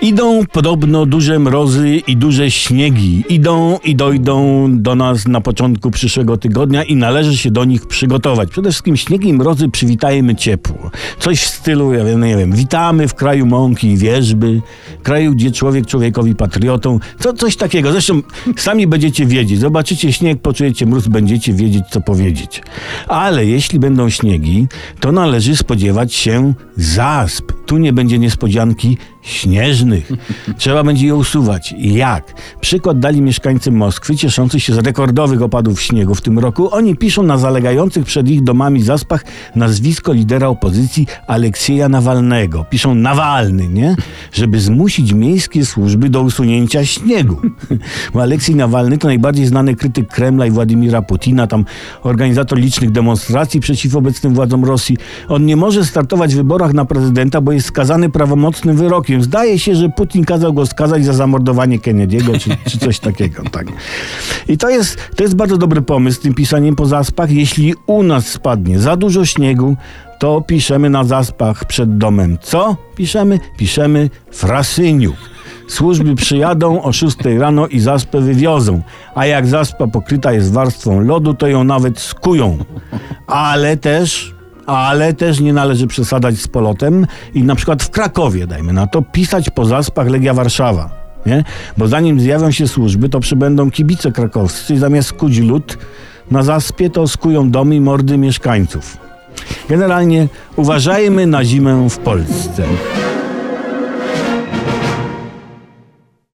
Idą podobno duże mrozy i duże śniegi. Idą i dojdą do nas na początku przyszłego tygodnia i należy się do nich przygotować. Przede wszystkim śniegi i mrozy przywitajmy ciepło. Coś w stylu, ja nie wiem, witamy w kraju mąki i wierzby, kraju, gdzie człowiek człowiekowi patriotą. Coś takiego. Zresztą sami będziecie wiedzieć. Zobaczycie śnieg, poczujecie mróz, będziecie wiedzieć, co powiedzieć. Ale jeśli będą śniegi, to należy spodziewać się zasp. Tu nie będzie niespodzianki śnieżnych. Trzeba będzie je usuwać. Jak? Przykład dali mieszkańcy Moskwy, cieszący się z rekordowych opadów śniegu w tym roku. Oni piszą na zalegających przed ich domami zaspach nazwisko lidera opozycji Aleksieja Nawalnego. Piszą Nawalny, nie? Żeby zmusić miejskie służby do usunięcia śniegu. Bo Aleksiej Nawalny to najbardziej znany krytyk Kremla i Władimira Putina, tam organizator licznych demonstracji przeciw obecnym władzom Rosji. On nie może startować w wyborach na prezydenta, bo jest skazany prawomocnym wyrokiem. Zdaje się, że Putin kazał go skazać za zamordowanie Kennedy'ego, czy coś takiego. Tak. I to jest bardzo dobry pomysł z tym pisaniem po zaspach. Jeśli u nas spadnie za dużo śniegu, to piszemy na zaspach przed domem. Co piszemy? Piszemy Frasyniuk. Służby przyjadą o 6 rano i zaspę wywiozą. A jak zaspa pokryta jest warstwą lodu, to ją nawet skują. Ale też nie należy przesadzać z polotem i na przykład w Krakowie, dajmy na to, pisać po zaspach Legia Warszawa. Nie? Bo zanim zjawią się służby, to przybędą kibice krakowscy i zamiast skuć lód na zaspie, to skują domy i mordy mieszkańców. Generalnie uważajmy na zimę w Polsce.